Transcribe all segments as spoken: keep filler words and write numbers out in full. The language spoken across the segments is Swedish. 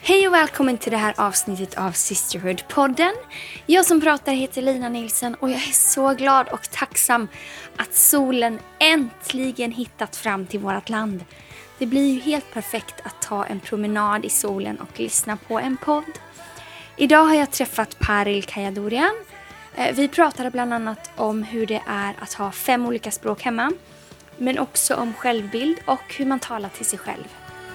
Hej och välkommen till det här avsnittet av Sisterhood-podden. Jag som pratar heter Lina Nilsson och jag är så glad och tacksam att solen äntligen hittat fram till vårt land. Det blir ju helt perfekt att ta en promenad i solen och lyssna på en podd. Idag har jag träffat Paril Kayadorian. Vi pratade bland annat om hur det är att ha fem olika språk hemma, men också om självbild och hur man talar till sig själv.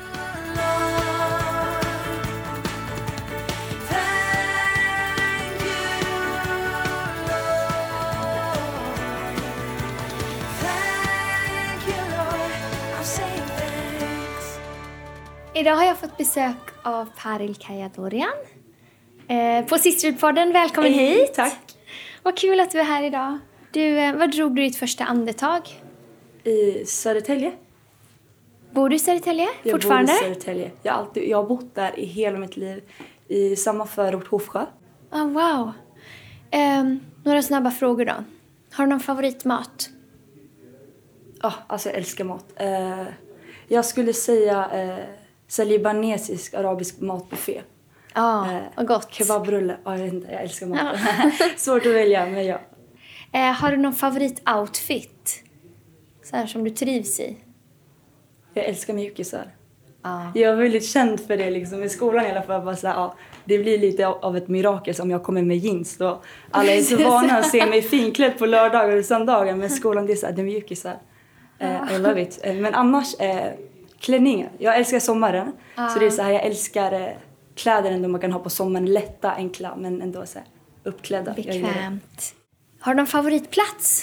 Idag har jag fått besök av Paril Kayadorian eh, på Sisterhood-podden. Välkommen Hej, hit. Tack. Vad kul att du är här idag. Du, eh, vad drog du ditt första andetag? I Södertälje. Bor du i Södertälje jag fortfarande? Jag bor i Södertälje. Jag har, alltid, jag har bott där i hela mitt liv. I samma förort, Hofsjö. Oh, wow. Eh, några snabba frågor då. Har du någon favoritmat? Ja, oh, alltså jag älskar mat. Eh, jag skulle säga... Eh, Så libanesisk, arabisk matbuffé. Ja, oh, vad gott. Kebabrulle. Ja, jag vet inte, jag älskar mat. Svårt att välja, men ja. Eh, har du någon favoritoutfit? Så här som du trivs i? Jag älskar mjukisar. Ah. Jag är väldigt känd för det liksom. I skolan i alla fall. Bara så här, ja, det blir lite av ett mirakel om jag kommer med jeans. Då. Alla är så vana att se mig finklädd på lördagar och söndagar. Men skolan, det är så här, det är mjukisar. Eh, I love it. Eh, men annars... Eh, klänningar. Jag älskar sommaren. Ah. Så det är så här, jag älskar eh, kläder ändå man kan ha på sommaren. Lätta, enkla, men ändå så här uppklädda. Bekvämt. Har du någon favoritplats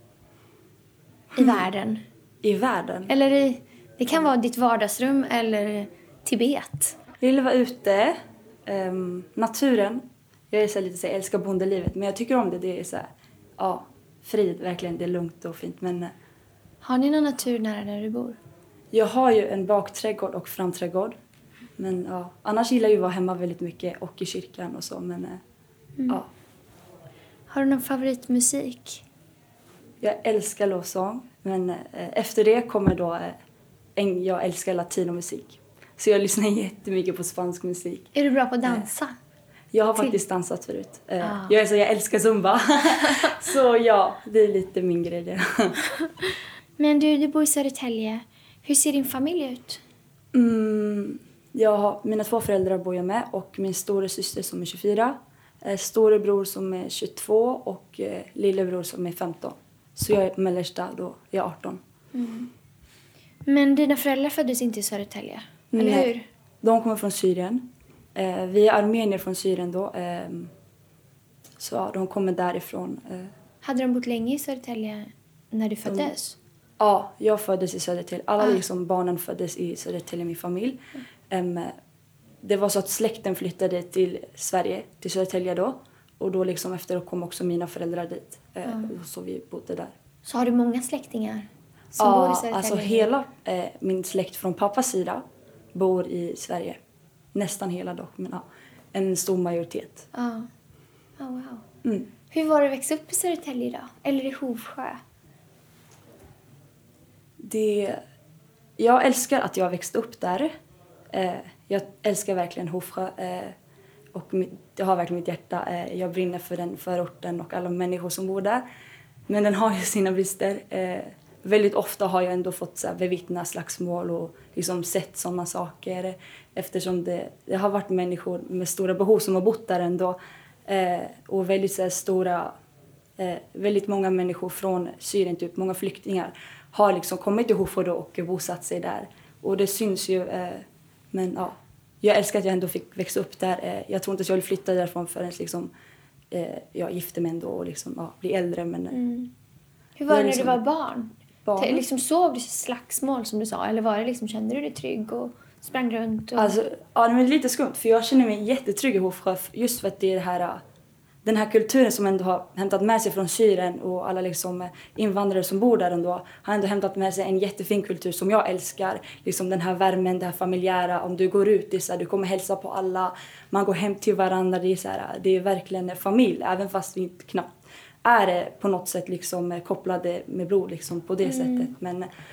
i mm. världen? I världen? Eller i, det kan vara ditt vardagsrum eller Tibet. Jag vill vara ute. Um, naturen. Jag är så här, lite så här, jag älskar bondelivet. Men jag tycker om det. Det är så här, ja, frid. Verkligen, det är lugnt och fint. Men, har ni någon natur nära där du bor? Jag har ju en bakträdgård och framträdgård. Men ja, annars gillar jag ju att vara hemma väldigt mycket och i kyrkan och så. Men mm. ja. Har du någon favoritmusik? Jag älskar lovsång. Men eh, efter det kommer då... Eh, en, jag älskar latinomusik. Så jag lyssnar jättemycket på spansk musik. Är du bra på att dansa? Eh, jag har Till. faktiskt dansat förut. Eh, ah. jag, är så, jag älskar zumba. Så ja, det är lite min grej det. Men du, du bor i Södertälje. Hur ser din familj ut? Mm, jag har, mina två föräldrar bor jag med och min stora syster som är tjugofyra. Eh, storebror som är tjugotvå och eh, lillebror som är femton. Så jag är mellersta då, jag är arton. Mm. Men dina föräldrar föddes inte i Södertälje, eller Nej, hur? De kommer från Syrien. Eh, vi är armenier från Syrien då. Eh, så ja, de kommer därifrån. Eh. Hade de bott länge i Södertälje när du föddes? De, Ja, jag föddes i Södertälje. Alla ah. liksom barnen föddes i Södertälje, min familj. Um, det var så att släkten flyttade till Sverige, till Södertälje då. Och då liksom efter kom också mina föräldrar dit. Uh, ah. Så vi bodde där. Så har du många släktingar som ja, bor i Södertälje? Alltså hela uh, min släkt från pappas sida bor i Sverige. Nästan hela dock, men ja, en stor majoritet. Ja, ah. oh, wow. Mm. Hur var det att växa upp i Södertälje då? Eller i Hofsjö? Det, jag älskar att jag växte upp där. Eh, jag älskar verkligen Hofsjö. Eh, och mitt, jag har verkligen mitt hjärta. Eh, jag brinner för den förorten och alla människor som bor där. Men den har ju sina brister. Eh, väldigt ofta har jag ändå fått så här, bevittna slagsmål och liksom sett sådana saker. Eftersom det, det har varit människor med stora behov som har bott där ändå. Eh, och väldigt så här, stora... Eh, väldigt många människor från Syrien, typ många flyktingar, har liksom kommit till Hofsjö och bosatt sig där. Och det syns ju. Eh, men ja, jag älskar att jag ändå fick växa upp där. Eh, jag tror inte att jag vill flytta därifrån förrän liksom, eh, jag gifte mig ändå och liksom, ja, bli äldre. Men, mm. Hur var det när liksom, du var barn? barn? Liksom, såg du slagsmål som du sa? Eller var det liksom, kände du dig trygg och sprang runt? Och... Alltså, ja, det är lite skumt. För jag känner mig jättetrygg i Hofsjö. Just för att det är det här... Den här kulturen som ändå har hämtat med sig från Syrien och alla liksom invandrare som bor där ändå har ändå hämtat med sig en jättefin kultur som jag älskar. Liksom den här värmen, det här familjära. Om du går ut, det är så här, du kommer hälsa på alla. Man går hem till varandra. Det är, så här, det är verkligen en familj. Även fast vi inte knappt är på något sätt liksom kopplade med blod liksom, på det mm. sättet. Men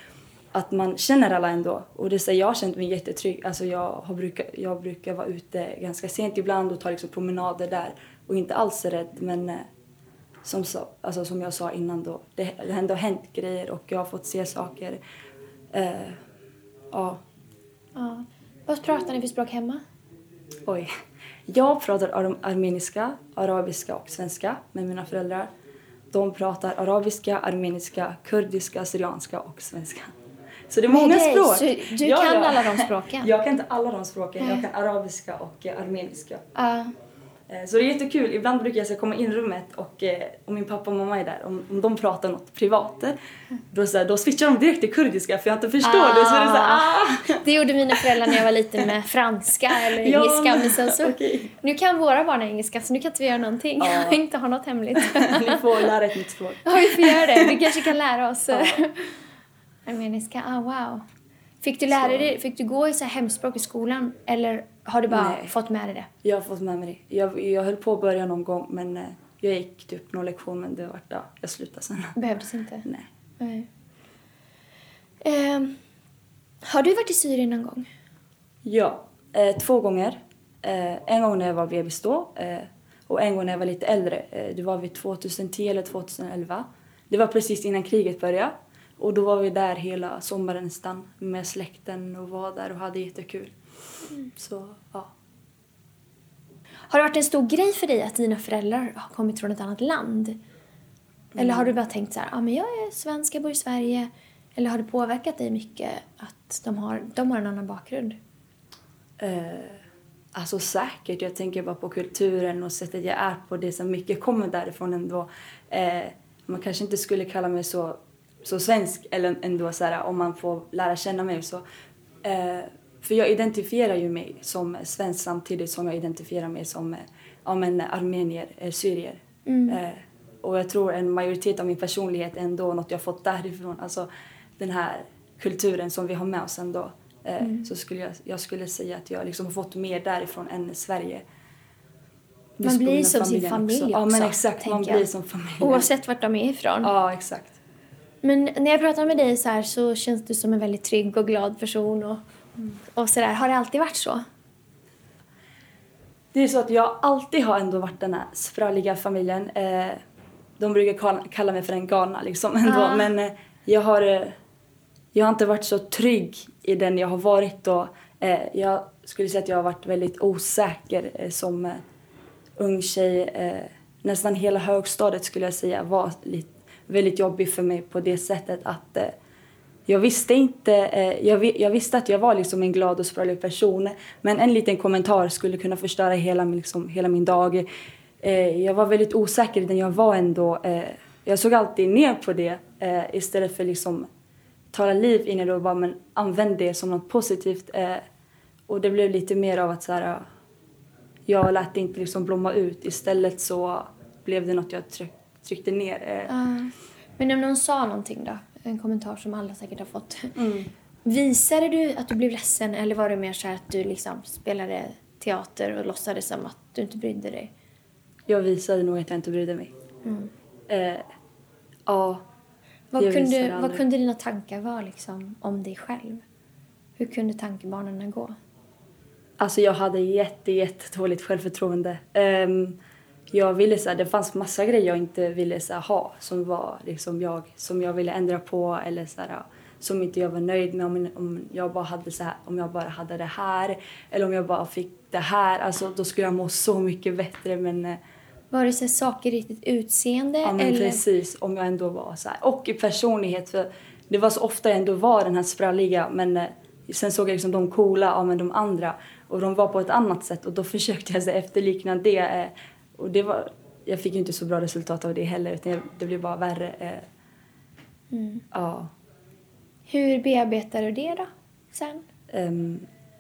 att man känner alla ändå. Och det säger jag har känt mig jättetrygg. Alltså jag, har brukar, jag brukar vara ute ganska sent ibland och ta liksom promenader där. Och inte alls rädd. Men eh, som, så, alltså som jag sa innan då. Det, det har ändå hänt grejer och jag har fått se saker. Eh, ja. ja. Vad pratar ni för språk hemma? Oj. Jag pratar ar- armeniska, arabiska och svenska med mina föräldrar. De pratar arabiska, armeniska, kurdiska, syrianska och svenska. Så det är många dig, språk. Så du ja, kan ja. alla de språken? Jag kan inte alla de språken. Nej. Jag kan arabiska och eh, armeniska. Uh. Så det är jättekul. Ibland brukar jag så komma in i rummet och eh, om min pappa och mamma är där, om, om de pratar något privat, då, så här, då switchar de direkt till kurdiska för jag inte förstår ah. det. Så är det, så här, ah. det gjorde mina föräldrar när jag var liten med franska eller ja, engelska. Men sen så, okay. Nu kan våra barn engelska så nu kan inte vi göra någonting. Ah. Jag inte ha något hemligt. Ni får lära ett nytt språk. Ja, vi får göra det. Vi kanske kan lära oss. Ah. Armeniska, ah wow. Fick du lära dig, fick du gå i så här hemspråk i skolan eller har du bara Nej. fått med dig det? Jag har fått med mig det. Jag, jag höll på att börja någon gång men eh, jag gick typ någon lektion men det var ja, jag slutade sen. Behövdes inte? Nej. Nej. Um, har du varit i Syrien någon gång? Ja, eh, två gånger. Eh, en gång när jag var bebis då eh, och en gång när jag var lite äldre. Eh, det var vid tjugohundratio eller tjugoelva. Det var precis innan kriget började. Och då var vi där hela sommaren nästan med släkten och var där och hade jättekul. Mm. Så, ja. Har det varit en stor grej för dig att dina föräldrar har kommit från ett annat land? Mm. Eller har du bara tänkt så här, ah, men jag är svensk, jag bor i Sverige. Eller har det påverkat dig mycket att de har, de har en annan bakgrund? Eh, alltså säkert, jag tänker bara på kulturen och sättet jag är på det som mycket kommer därifrån ändå. Eh, man kanske inte skulle kalla mig så... så svensk eller ändå så här, om man får lära känna mig så eh, för jag identifierar ju mig som svensk samtidigt som jag identifierar mig som eh, ja, men armenier, eh, syrier mm. eh, och jag tror en majoritet av min personlighet är ändå något jag fått därifrån, alltså den här kulturen som vi har med oss ändå eh, mm. så skulle jag, jag skulle säga att jag liksom har fått mer därifrån än Sverige. Man blir som sin familj också. Ja men exakt, man blir som familj. Oavsett vart de är ifrån. Ja exakt. Men när jag pratar med dig så här så känns du som en väldigt trygg och glad person och, mm. och så där. Har det alltid varit så? Det är så att jag alltid har ändå varit den här spralliga familjen. Eh, de brukar kalla mig för en galna liksom ändå. Ah. Men eh, jag, har, eh, jag har inte varit så trygg i den jag har varit då. Eh, jag skulle säga att jag har varit väldigt osäker eh, som eh, ung tjej. Eh, nästan hela högstadiet skulle jag säga var lite väldigt jobbig för mig på det sättet att eh, jag visste inte, eh, jag, jag visste att jag var liksom en glad och sprallig person, men en liten kommentar skulle kunna förstöra hela, liksom, hela min dag. Eh, jag var väldigt osäker i den jag var ändå. Eh, jag såg alltid ner på det eh, istället för liksom tala liv in i det och bara men använd det som något positivt. Eh, och det blev lite mer av att så här, jag lät det inte liksom blomma ut, istället så blev det något jag tryckte tryckte ner. Uh, men om någon sa någonting då? En kommentar som alla säkert har fått. Mm. Visade du att du blev ledsen eller var det mer så här att du liksom spelade teater och låtsades som att du inte brydde dig? Jag visade nog att jag inte brydde mig. Mm. Uh, ja. Vad kunde, vad kunde dina tankar vara liksom om dig själv? Hur kunde tankebanorna gå? Alltså jag hade jätte, jätte dåligt självförtroende. Um, Jag ville så här, det fanns massa grejer jag inte ville så här, ha som var liksom jag som jag ville ändra på eller så här, som inte jag var nöjd med om, om jag bara hade så här, om jag bara hade det här eller om jag bara fick det här, alltså då skulle jag må så mycket bättre. Men var det så här, saker i ditt utseende? Ja men eller? Precis, om jag ändå var så här, och i personlighet, för det var så ofta jag ändå var den här spralliga, men sen såg jag liksom de coola, ja men de andra, och de var på ett annat sätt och då försökte jag så efterlikna det. Och det var, jag fick ju inte så bra resultat av det heller, utan det blev bara värre. Mm. Ja. Hur bearbetar du det då sen? Um,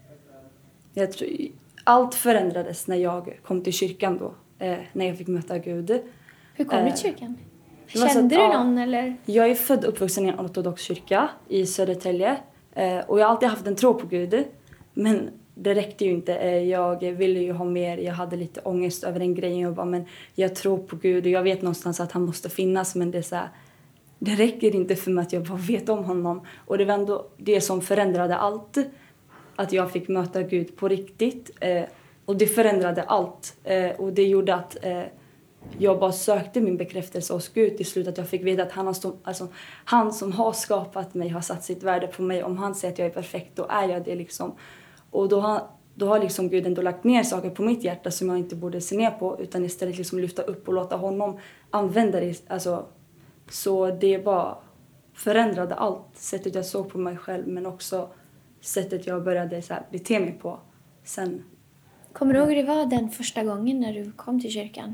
jag tror, allt förändrades när jag kom till kyrkan då. Eh, när jag fick möta Gud. Hur kom du eh, till kyrkan? Kände att, du någon ja, eller? Jag är född och uppvuxen i en ortodox kyrka i Södertälje. Eh, och jag har alltid haft en tro på Gud. Men det räckte ju inte. Jag ville ju ha mer. Jag hade lite ångest över den grejen. Jag bara, men jag tror på Gud och jag vet någonstans att han måste finnas. Men det är så här, det räcker inte för mig att jag bara vet om honom. Och det var ändå det som förändrade allt. Att jag fick möta Gud på riktigt. Eh, och det förändrade allt. Eh, och det gjorde att eh, jag bara sökte min bekräftelse hos Gud till slut. Att jag fick veta att han, har stå, alltså, han som har skapat mig har satt sitt värde på mig. Om han säger att jag är perfekt, då är jag det liksom. Och då har, då har liksom Gud ändå lagt ner saker på mitt hjärta som jag inte borde se ner på. Utan istället liksom lyfta upp och låta honom använda det. Alltså, så det bara förändrade allt. Sättet jag såg på mig själv, men också sättet jag började så här bete mig på sen. Kommer du ihåg hur det var den första gången när du kom till kyrkan?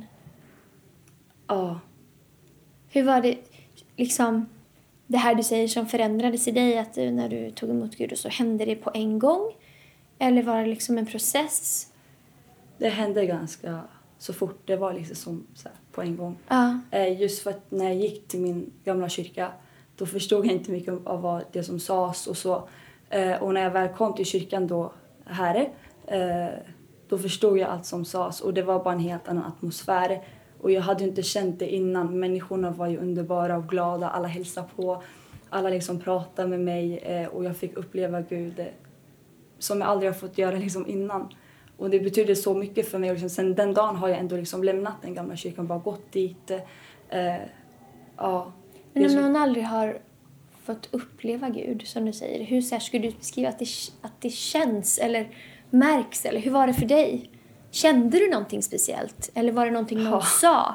Ja. Hur var det, liksom, det här du säger som förändrades i dig, att du, när du tog emot Gud och så hände det på en gång? Eller var det liksom en process? Det hände ganska så fort. Det var liksom som så här, på en gång. Ja. Eh, just för att när jag gick till min gamla kyrka, då förstod jag inte mycket av vad det som sades och så. Eh, och när jag väl kom till kyrkan då här, eh, då förstod jag allt som sades. Och det var bara en helt annan atmosfär. Och jag hade inte känt det innan. Människorna var ju underbara och glada. Alla hälsade på. Alla liksom pratade med mig. Eh, och jag fick uppleva Gud eh, som jag aldrig har fått göra liksom innan. Och det betyder så mycket för mig. Och liksom, sen den dagen har jag ändå liksom lämnat den gamla kyrkan och bara gått dit. Eh, ja. Men om någon aldrig har fått uppleva Gud, som du säger, hur så här, skulle du beskriva att det, att det känns eller märks? Eller hur var det för dig? Kände du någonting speciellt? Eller var det någonting någon Ja. sa?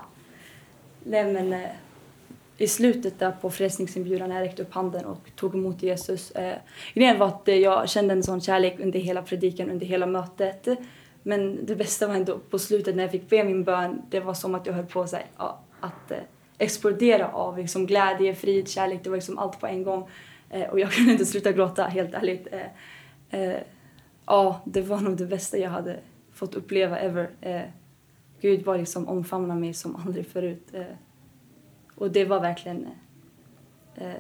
Nej, men eh, i slutet där på frälsningsinbjudan när jag räckte upp handen och tog emot Jesus. Eh, grejen var att eh, jag kände en sån kärlek under hela predikan, under hela mötet. Men det bästa var ändå på slutet när jag fick be min bön. Det var som att jag höll på så här, ja, att eh, explodera av liksom, glädje, frid, kärlek. Det var liksom allt på en gång. Eh, och jag kunde inte sluta gråta, helt ärligt. Eh, eh, ja, det var nog det bästa jag hade fått uppleva ever. Eh, Gud var liksom omfamnade mig som aldrig förut. Eh, och det var verkligen eh,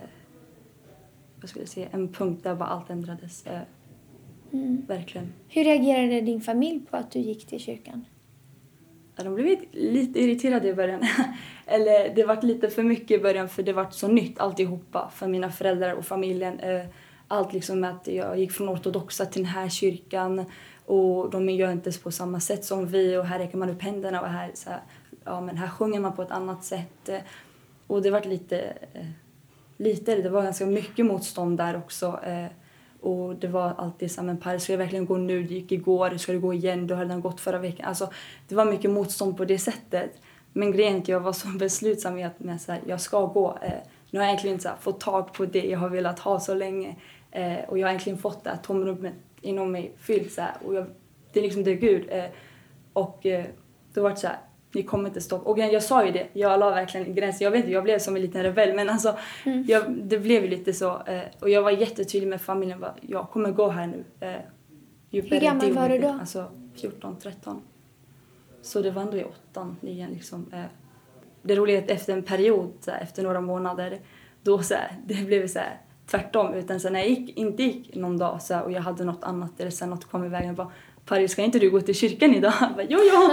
vad skulle jag säga, en punkt där bara allt ändrades. Eh, mm. Verkligen. Hur reagerade din familj på att du gick till kyrkan? Ja, de blev lite irriterade i början. Eller det var lite för mycket i början för det var så nytt alltihopa för mina föräldrar och familjen. Eh, allt liksom med att jag gick från ortodoxa till den här kyrkan. Och de gör inte på samma sätt som vi. Och här räcker man upp händerna. Och här, så här, ja, men här sjunger man på ett annat sätt. Och det var lite, lite, det var ganska mycket motstånd där också. Och det var alltid så här, men Per, ska jag verkligen gå nu? Det gick igår, ska du gå igen? Du har redan gått förra veckan. Alltså, det var mycket motstånd på det sättet. Men grejen är att jag var så beslutsam med att med, så här, jag ska gå. Nu har jag egentligen så här, fått tag på det jag har velat ha så länge. Och jag har egentligen fått det här tomrummet inom mig fyllt så här, och jag, det är liksom det är Gud eh, och eh, då var det så här, ni kommer inte stoppa. Och jag sa ju det, jag la verkligen gränsen. Jag vet inte, jag blev som en liten rebell, men alltså mm. jag, det blev ju lite så eh, och jag var jättetydlig med familjen, bara, jag kommer gå här nu. Eh, Hur gammal var du då? Alltså fjorton, tretton. Så det var ändå i åttan, nian liksom. Eh, det roliga är att efter en period, så här, efter några månader, då så här, det blev så här tvärtom, utan sen när jag gick, inte gick någon dag så här, och jag hade något annat eller sen något kom i vägen, bara, Paris, ska inte du gå till kyrkan idag? Jag bara, jo, jo.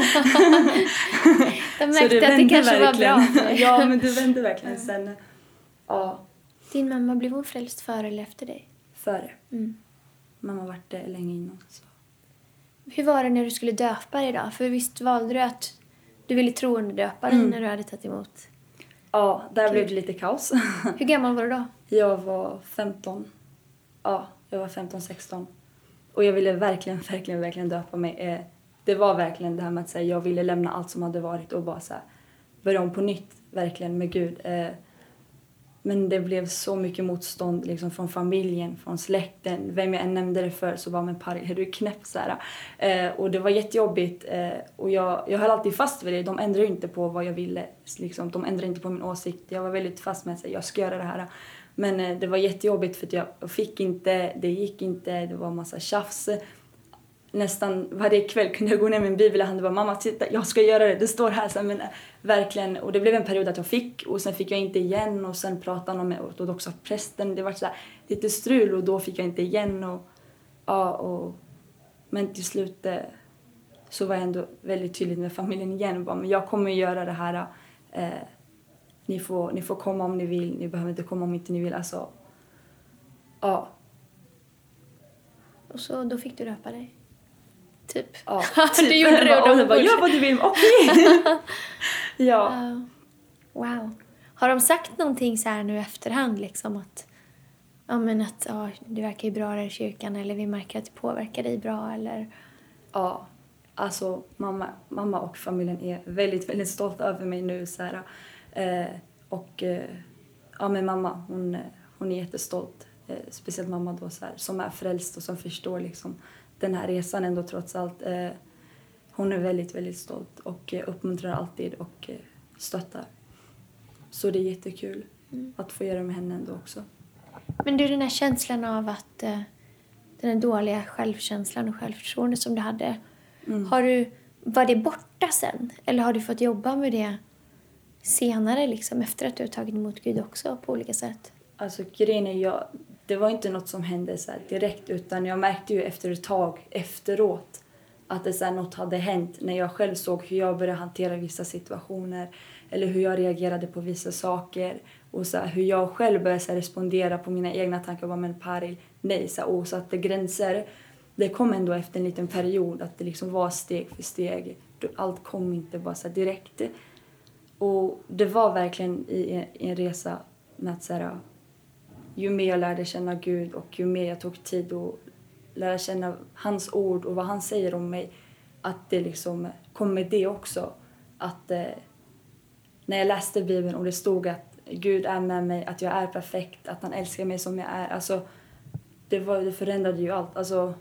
De märkte det att det kanske verkligen. Var bra. Ja, men det vände verkligen sen. Ja. Din mamma, blev hon frälst före eller efter dig? Före. Mm. Mamma var det länge innan. Så. Hur var det när du skulle döpa dig då? För visst valde du att du ville troendedöpa dig mm. när du hade tagit emot? Ja, där Gud. Blev det lite kaos. Hur gammal var du då? Jag var femton. Ja, jag var femton sexton. Och jag ville verkligen, verkligen, verkligen döpa mig. Det var verkligen det här med att säga, jag ville lämna allt som hade varit och bara så här, börja om på nytt, verkligen med Gud. Men det blev så mycket motstånd liksom, från familjen, från släkten. Vem jag än nämnde det för så bara, men Paris, är du knäpp så här. Och det var jättejobbigt. Och jag, jag höll alltid fast vid det. De ändrade inte på vad jag ville. Liksom. De ändrade inte på min åsikt. Jag var väldigt fast med att säga, jag ska göra det här. Men det var jättejobbigt för att jag fick inte, det gick inte, det var en massa tjafs. Nästan varje kväll kunde jag gå ner med en bibel i handen och bara, mamma titta, jag ska göra det, det står här. Så, men, verkligen, och det blev en period att jag fick och sen fick jag inte igen och sen pratade han med ortodoxa prästen. Det var så här, lite strul och då fick jag inte igen. Och, ja, och, men till slut så var jag ändå väldigt tydlig med familjen igen. Bara, men jag kommer göra det här. Eh, ni får, ni får komma om ni vill, ni behöver inte komma om inte ni vill. Alltså, ja. Och så då fick du döpa dig? Typ. Ja, typ. Du gjorde det och de bara, gör vad du vill, okej. Okay. Ja. Uh, wow. Har de sagt någonting så här nu i efterhand liksom att ja men att ja, det verkar ju bra där i kyrkan eller vi märker att det påverkar dig bra eller? Ja, alltså mamma, mamma och familjen är väldigt, väldigt stolta över mig nu så här. Eh, och eh, ja men mamma, hon, hon är jättestolt. Eh, speciellt mamma då så här, som är frälst och som förstår liksom den här resan ändå trots allt. Eh, hon är väldigt, väldigt stolt och eh, uppmuntrar alltid och eh, stöttar. Så det är jättekul mm. att få göra med henne ändå också. Men du, den här känslan av att eh, den här dåliga självkänslan och självförtroende som du hade, mm. har du, var det borta sen? Eller har du fått jobba med det senare liksom, efter att du har tagit emot Gud också på olika sätt? Alltså grejen är, jag, det var inte något som hände så här direkt utan jag märkte ju efter ett tag efteråt att det så här, något hade hänt när jag själv såg hur jag började hantera vissa situationer eller hur jag reagerade på vissa saker och så här, hur jag själv började så här, respondera på mina egna tankar och bara, men Paril, nej, så här, och satte gränser. Det kom ändå efter en liten period att det liksom var steg för steg. Allt kom inte bara så här direkt. Och det var verkligen i en, i en resa med att så här, ju mer jag lärde känna Gud och ju mer jag tog tid att lära känna hans ord och vad han säger om mig, att det liksom kom med det också. Att eh, när jag läste Bibeln och det stod att Gud är med mig, att jag är perfekt, att han älskar mig som jag är. Alltså, det, var, det förändrade ju allt. Alltså,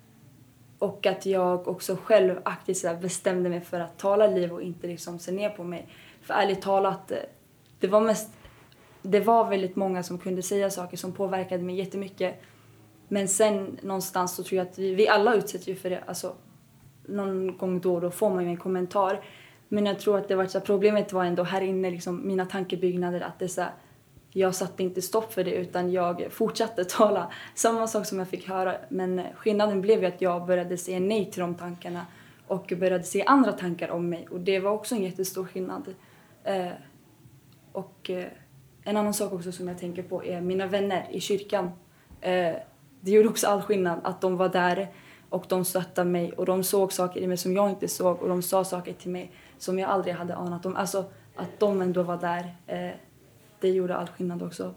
och att jag också själv aktivt så här, bestämde mig för att tala liv och inte liksom se ner på mig. För ärligt talat, det var mest... Det var väldigt många som kunde säga saker som påverkade mig jättemycket. Men sen någonstans så tror jag att vi, vi alla utsätter ju för det. Alltså, någon gång då och då får man ju en kommentar. Men jag tror att det var så här, problemet var ändå här inne, liksom, mina tankebyggnader. Att det så här, jag satte inte stopp för det utan jag fortsatte tala. Samma sak som jag fick höra. Men skillnaden blev ju att jag började säga nej till de tankarna. Och började se andra tankar om mig. Och det var också en jättestor skillnad. Eh, och... Eh, En annan sak också som jag tänker på är mina vänner i kyrkan. Eh, det gjorde också all skillnad att de var där och de stöttade mig. Och de såg saker i mig som jag inte såg. Och de sa saker till mig som jag aldrig hade anat om. Alltså att de ändå var där. Eh, det gjorde all skillnad också.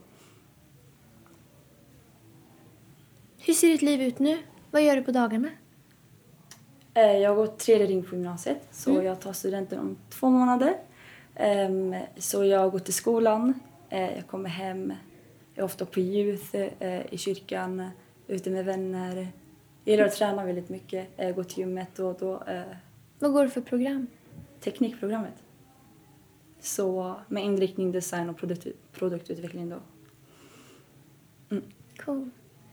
Hur ser ditt liv ut nu? Vad gör du på dagarna? Eh, jag går tredje ring på gymnasiet. Så mm. jag tar studenten om två månader. Eh, så jag går till skolan. Jag kommer hem, jag är ofta på youth i kyrkan, ute med vänner. Jag gillar att träna väldigt mycket, jag går till gymmet då och då. Vad går du för program? Teknikprogrammet. Så med inriktning design och produkt, produktutveckling då. Mm. Cool.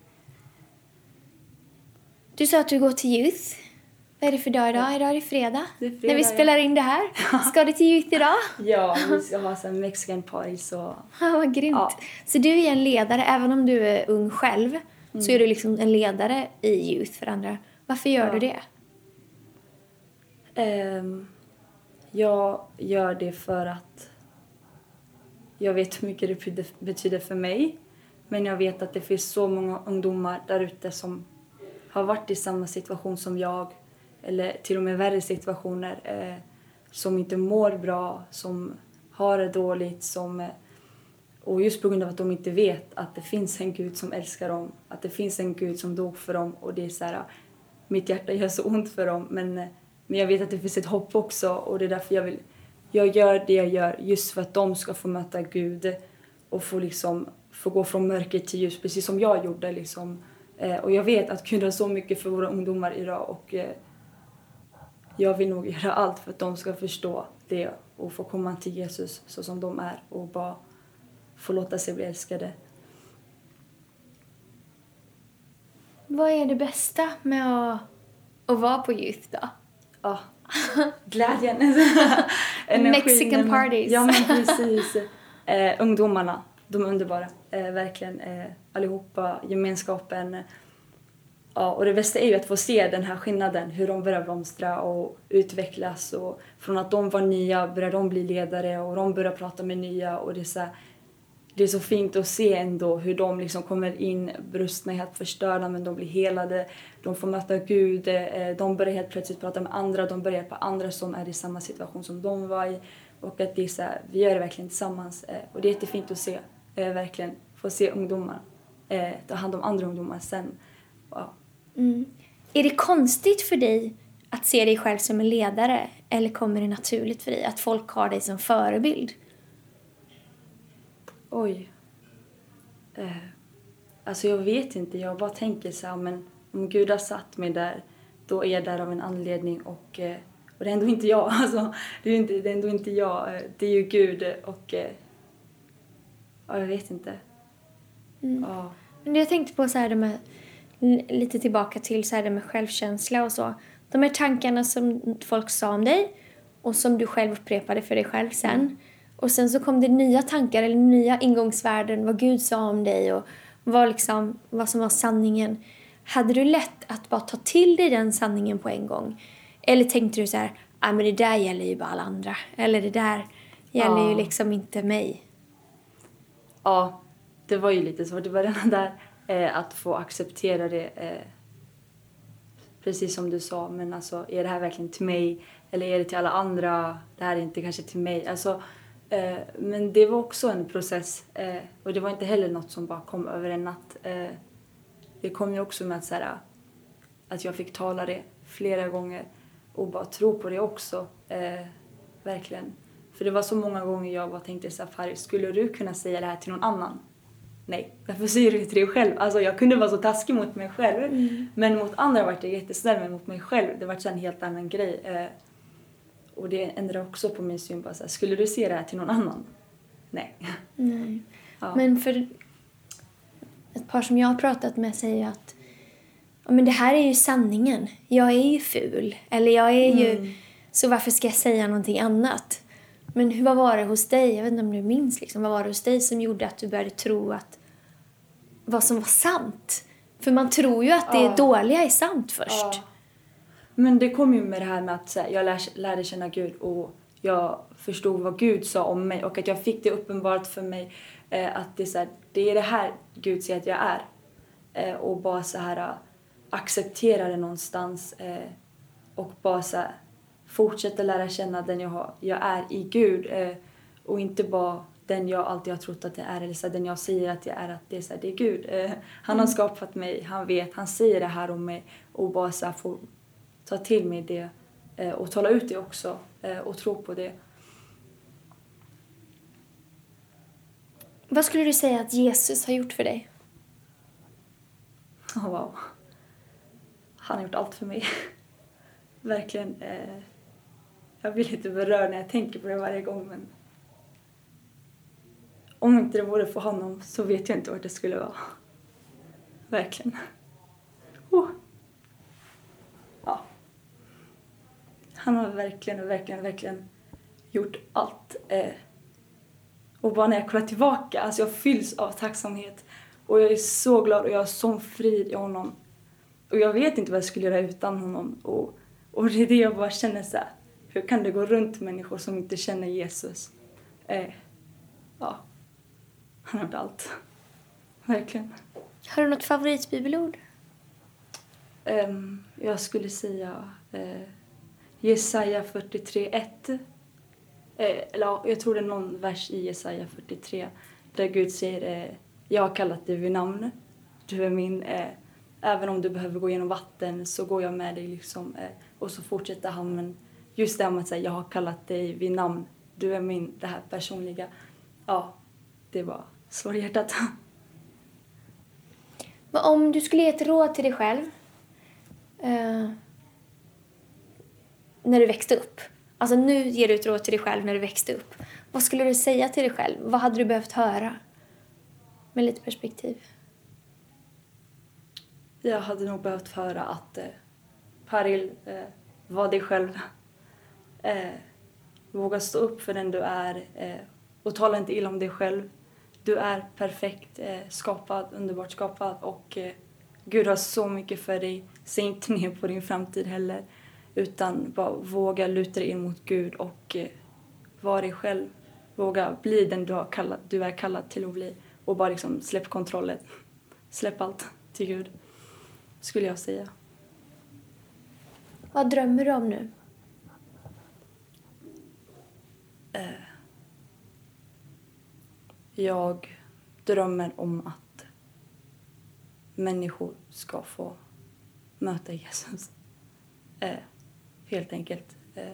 Du sa att du går till youth. Vad är det för dag idag? Idag är det fredag. Det är fredag, när vi spelar in det här. Ska du till youth idag? Ja, vi ska ha en mexican party så... Ah, vad grymt. Ja. Så du är en ledare, även om du är ung själv. Mm. Så är du liksom en ledare i youth för andra. Varför gör ja. du det? Um, jag gör det för att jag vet hur mycket det betyder för mig. Men jag vet att det finns så många ungdomar där ute som har varit i samma situation som jag. Eller till och med värre situationer. Eh, som inte mår bra. Som har det dåligt. Som, eh, och just på grund av att de inte vet att det finns en Gud som älskar dem. Att det finns en Gud som dog för dem. Och det är så här, mitt hjärta gör så ont för dem. Men, eh, men jag vet att det finns ett hopp också. Och det är därför jag vill... Jag gör det jag gör just för att de ska få möta Gud. Och få, liksom, få gå från mörker till ljus. Precis som jag gjorde. Liksom. Eh, och jag vet att Gud har så mycket för våra ungdomar idag. Och... Eh, Jag vill nog göra allt för att de ska förstå det och få komma till Jesus så som de är och bara få låta sig bli älskade. Vad är det bästa med att, att vara på youth då? Ja, glädjen. Mexican parties. Ja, men precis. Eh, ungdomarna, de är underbara. Eh, verkligen eh, allihopa, gemenskapen. Ja, och det bästa är ju att få se den här skillnaden, hur de börjar blomstra och utvecklas. Och från att de var nya börjar de bli ledare och de börjar prata med nya. Och det är så, här, det är så fint att se ändå hur de liksom kommer in brustna, helt förstörda, men de blir helade. De får möta Gud, de börjar helt plötsligt prata med andra, de börjar hjälpa andra som är i samma situation som de var i. Och att det är så här, vi gör det verkligen tillsammans. Och det är jättefint att se, verkligen få se ungdomar ta hand om andra ungdomar sen. Wow. Mm. Är det konstigt för dig att se dig själv som en ledare, eller kommer det naturligt för dig att folk har dig som förebild? Oj. Eh, alltså jag vet inte, jag bara tänker så här, men om Gud har satt mig där, då är jag där av en anledning och, eh, och det är ändå inte jag, alltså det är, inte, det är ändå inte jag, det är ju Gud och eh, ja, jag vet inte. Mm. Ja. Men jag tänkte på så här, de här, lite tillbaka till så här, det med självkänsla och så. De här tankarna som folk sa om dig och som du själv upprepade för dig själv sen. Mm. Och sen så kom det nya tankar eller nya ingångsvärden, vad Gud sa om dig och vad, liksom, vad som var sanningen. Hade du lätt att bara ta till dig den sanningen på en gång? Eller tänkte du så här, ah, men det där gäller ju bara alla andra. Eller det där gäller ja. ju liksom inte mig. Ja, det var ju lite svårt i början där. Eh, att få acceptera det. Eh, precis som du sa. Men alltså, är det här verkligen till mig? Eller är det till alla andra? Det här är inte kanske till mig. Alltså, eh, men det var också en process. Eh, och det var inte heller något som bara kom över en natt. Eh, det kom ju också med att, så här, att jag fick tala det flera gånger. Och bara tro på det också. Eh, verkligen. För det var så många gånger jag bara tänkte så här, Faris, skulle du kunna säga det här till någon annan? Nej, därför säger du till dig själv. Alltså jag kunde vara så taskig mot mig själv. Mm. Men mot andra var det jättesnäll, men mot mig själv, det var så en helt annan grej. Eh, och det ändrade också på min syn på så här, skulle du se det här till någon annan? Nej. Nej. Ja. Men för ett par som jag har pratat med säger att ja, men det här är ju sanningen. Jag är ju ful. Eller jag är mm. ju... Så varför ska jag säga någonting annat? Men hur, vad var det hos dig? Jag vet inte om du minns. Liksom, vad var det hos dig som gjorde att du började tro att vad som var sant? För man tror ju att det ja. dåliga är sant först. Ja. Men det kom ju med det här med att här, jag lär, lärde känna Gud. Och jag förstod vad Gud sa om mig. Och att jag fick det uppenbart för mig. Eh, att det är, så här, det är det här Gud säger att jag är. Eh, och bara så här acceptera det någonstans. Eh, och bara så här, fortsätta lära känna den jag, har, jag är i Gud. Eh, och inte bara den jag alltid har trott att jag är. Eller så här, den jag säger att jag är. Att det är, så här, det är Gud. Eh, han har skapat mig. Han vet. Han säger det här om mig. Och bara så här, få ta till mig det. Eh, och tala ut det också. Eh, och tro på det. Vad skulle du säga att Jesus har gjort för dig? Oh, wow. Han har gjort allt för mig. Verkligen. Eh, jag blir lite berörd när jag tänker på det varje gång. Men om inte det vore för honom så vet jag inte vad det skulle vara. Verkligen. Oh. Ja. Han har verkligen, verkligen, verkligen gjort allt. Eh, och bara när jag kollar tillbaka, alltså jag fylls av tacksamhet. Och jag är så glad och jag har sån frid i honom. Och jag vet inte vad jag skulle göra utan honom. Och, och det är det jag bara känner så här. Hur kan det gå runt människor som inte känner Jesus? Eh, ja. Han har gjort allt. Verkligen. Har du något favoritbibelord? Um, jag skulle säga uh, Jesaja fyrtiotre ett. Uh, eller ja, jag tror det är någon vers i Jesaja fyrtiotre. Där Gud säger, uh, jag har kallat dig vid namn. Du är min. Uh, även om du behöver gå genom vatten så går jag med dig. Liksom, uh, och så fortsätter han. Men just det med att säga, jag har kallat dig vid namn. Du är min, det här personliga. Ja, det var svårt i hjärtat. Men om du skulle ge ett råd till dig själv. Uh, när du växte upp. Alltså nu ger du ett råd till dig själv när du växte upp. Vad skulle du säga till dig själv? Vad hade du behövt höra? Med lite perspektiv. Jag hade nog behövt höra att eh, Paril, eh, var dig själv. Eh, våga stå upp för den du är. Eh, och tala inte illa om dig själv. Du är perfekt eh, skapad, underbart skapad. Och eh, Gud har så mycket för dig. Se inte ner på din framtid heller. Utan bara våga luta dig in mot Gud och eh, vara dig själv. Våga bli den du, har kallat, du är kallad till att bli. Och bara liksom släpp kontrollen. Släpp allt till Gud. Skulle jag säga. Vad drömmer du om nu? Eh, jag drömmer om att människor ska få möta Jesus. Eh, helt enkelt. Eh,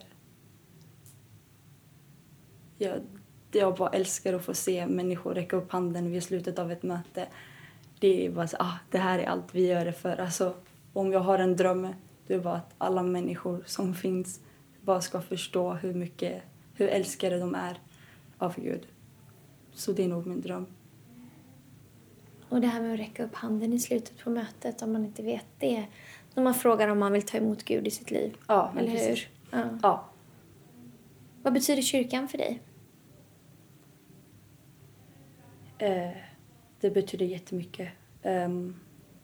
jag, jag bara älskar att få se människor räcka upp handen vid slutet av ett möte. Det är bara så, ah, det här är allt vi gör det för. Alltså, om jag har en dröm, det är bara att alla människor som finns bara ska förstå hur mycket, hur älskade de är av Gud. Så det är nog min dröm. Och det här med att räcka upp handen i slutet på mötet, om man inte vet det. När man frågar om man vill ta emot Gud i sitt liv. Ja, eller precis. hur? Ja. Ja. Vad betyder kyrkan för dig? Eh, det betyder jättemycket. Um,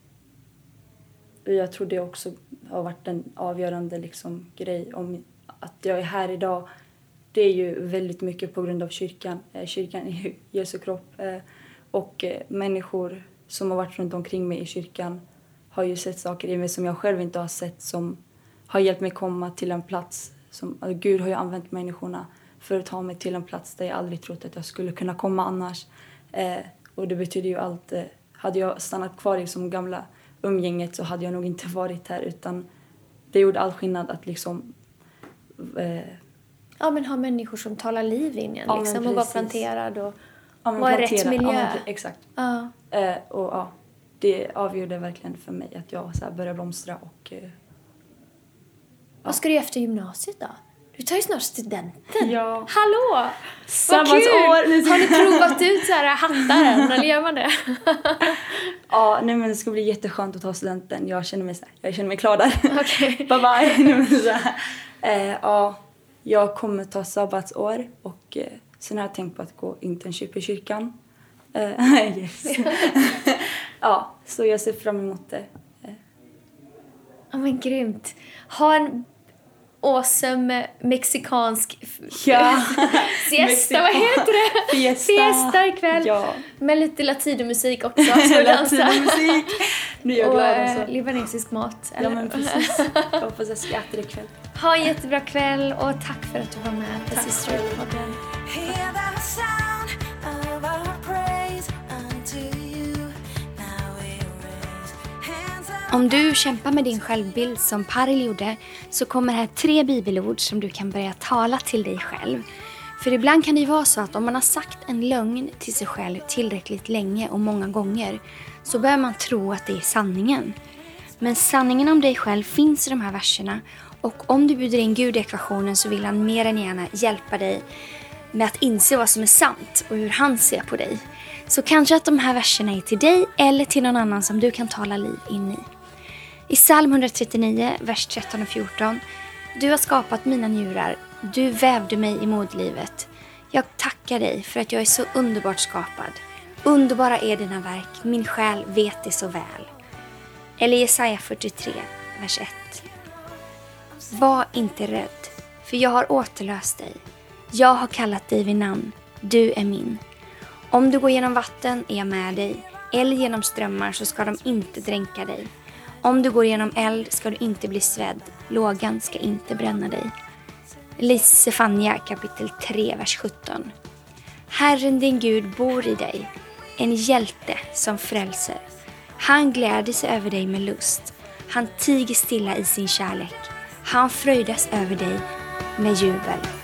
jag tror det också har varit en avgörande liksom, grej. Om att jag är här idag, det är ju väldigt mycket på grund av kyrkan. Eh, kyrkan är ju Jesu kropp. Eh, och eh, människor som har varit runt omkring mig i kyrkan har ju sett saker i mig som jag själv inte har sett, som har hjälpt mig komma till en plats. Som, alltså, Gud har ju använt människorna för att ta mig till en plats där jag aldrig trott att jag skulle kunna komma annars. Eh, och det betyder ju allt. Eh, hade jag stannat kvar i som gamla umgänget så hade jag nog inte varit här, utan det gjorde all skillnad att liksom... Eh, ja, men ha människor som talar liv in igen, ja, liksom, och vara planterad och ja, vara i rätt miljö. Ja, men, exakt. Ja. Eh, och ja, det avgjorde verkligen för mig att jag så här började blomstra och... Eh, Vad ska du göra efter gymnasiet då? Du tar ju snart studenten. Ja. Hallå! Samma Vad kul! år. Har ni provat ut så här hattaren? Eller gör man det? Ja, nej, men det ska bli jätteskönt att ta studenten. Jag känner mig så här, jag känner mig klar där. Okay. Bye bye. Nej, men så här. Eh, ja, jag kommer ta sabbatsår och eh, sen har jag tänkt på att gå internship i kyrkan. Eh, yes. Ja, så jag ser fram emot det. Ja, oh, men grymt. Ha en awesome mexikansk ja. siesta, vad heter det? Fiesta. Fiesta ikväll. Ja. Med lite latinomusik också. Latinomusik. Nu är jag och glad alltså. Och libanesisk mat. Eller? Ja, men precis. Jag hoppas jag ska äta det ikväll. Ha en jättebra kväll och tack för att du var med på Sisterhood-podden. Om du kämpar med din självbild som Paril gjorde, så kommer här tre bibelord som du kan börja tala till dig själv. För ibland kan det ju vara så att om man har sagt en lögn till sig själv tillräckligt länge och många gånger, så börjar man tro att det är sanningen. Men sanningen om dig själv finns i de här verserna, och om du bjuder in Gud i ekvationen så vill han mer än gärna hjälpa dig med att inse vad som är sant och hur han ser på dig. Så kanske att de här verserna är till dig eller till någon annan som du kan tala liv in i. I psalm etthundratrettionio, vers tretton och fjorton. Du har skapat mina njurar. Du vävde mig i moderlivet. Jag tackar dig för att jag är så underbart skapad. Underbara är dina verk. Min själ vet det så väl. Eller Jesaja fyrtiotre, vers ett. Var inte rädd, för jag har återlöst dig. Jag har kallat dig vid namn. Du är min. Om du går genom vatten är jag med dig. Eller genom strömmar så ska de inte dränka dig. Om du går genom eld ska du inte bli svedd. Lågan ska inte bränna dig. Sefania kapitel tre, vers sjutton. Herren din Gud bor i dig. En hjälte som frälser. Han gläder sig över dig med lust. Han tiger stilla i sin kärlek. Han fröjdas över dig med jubel.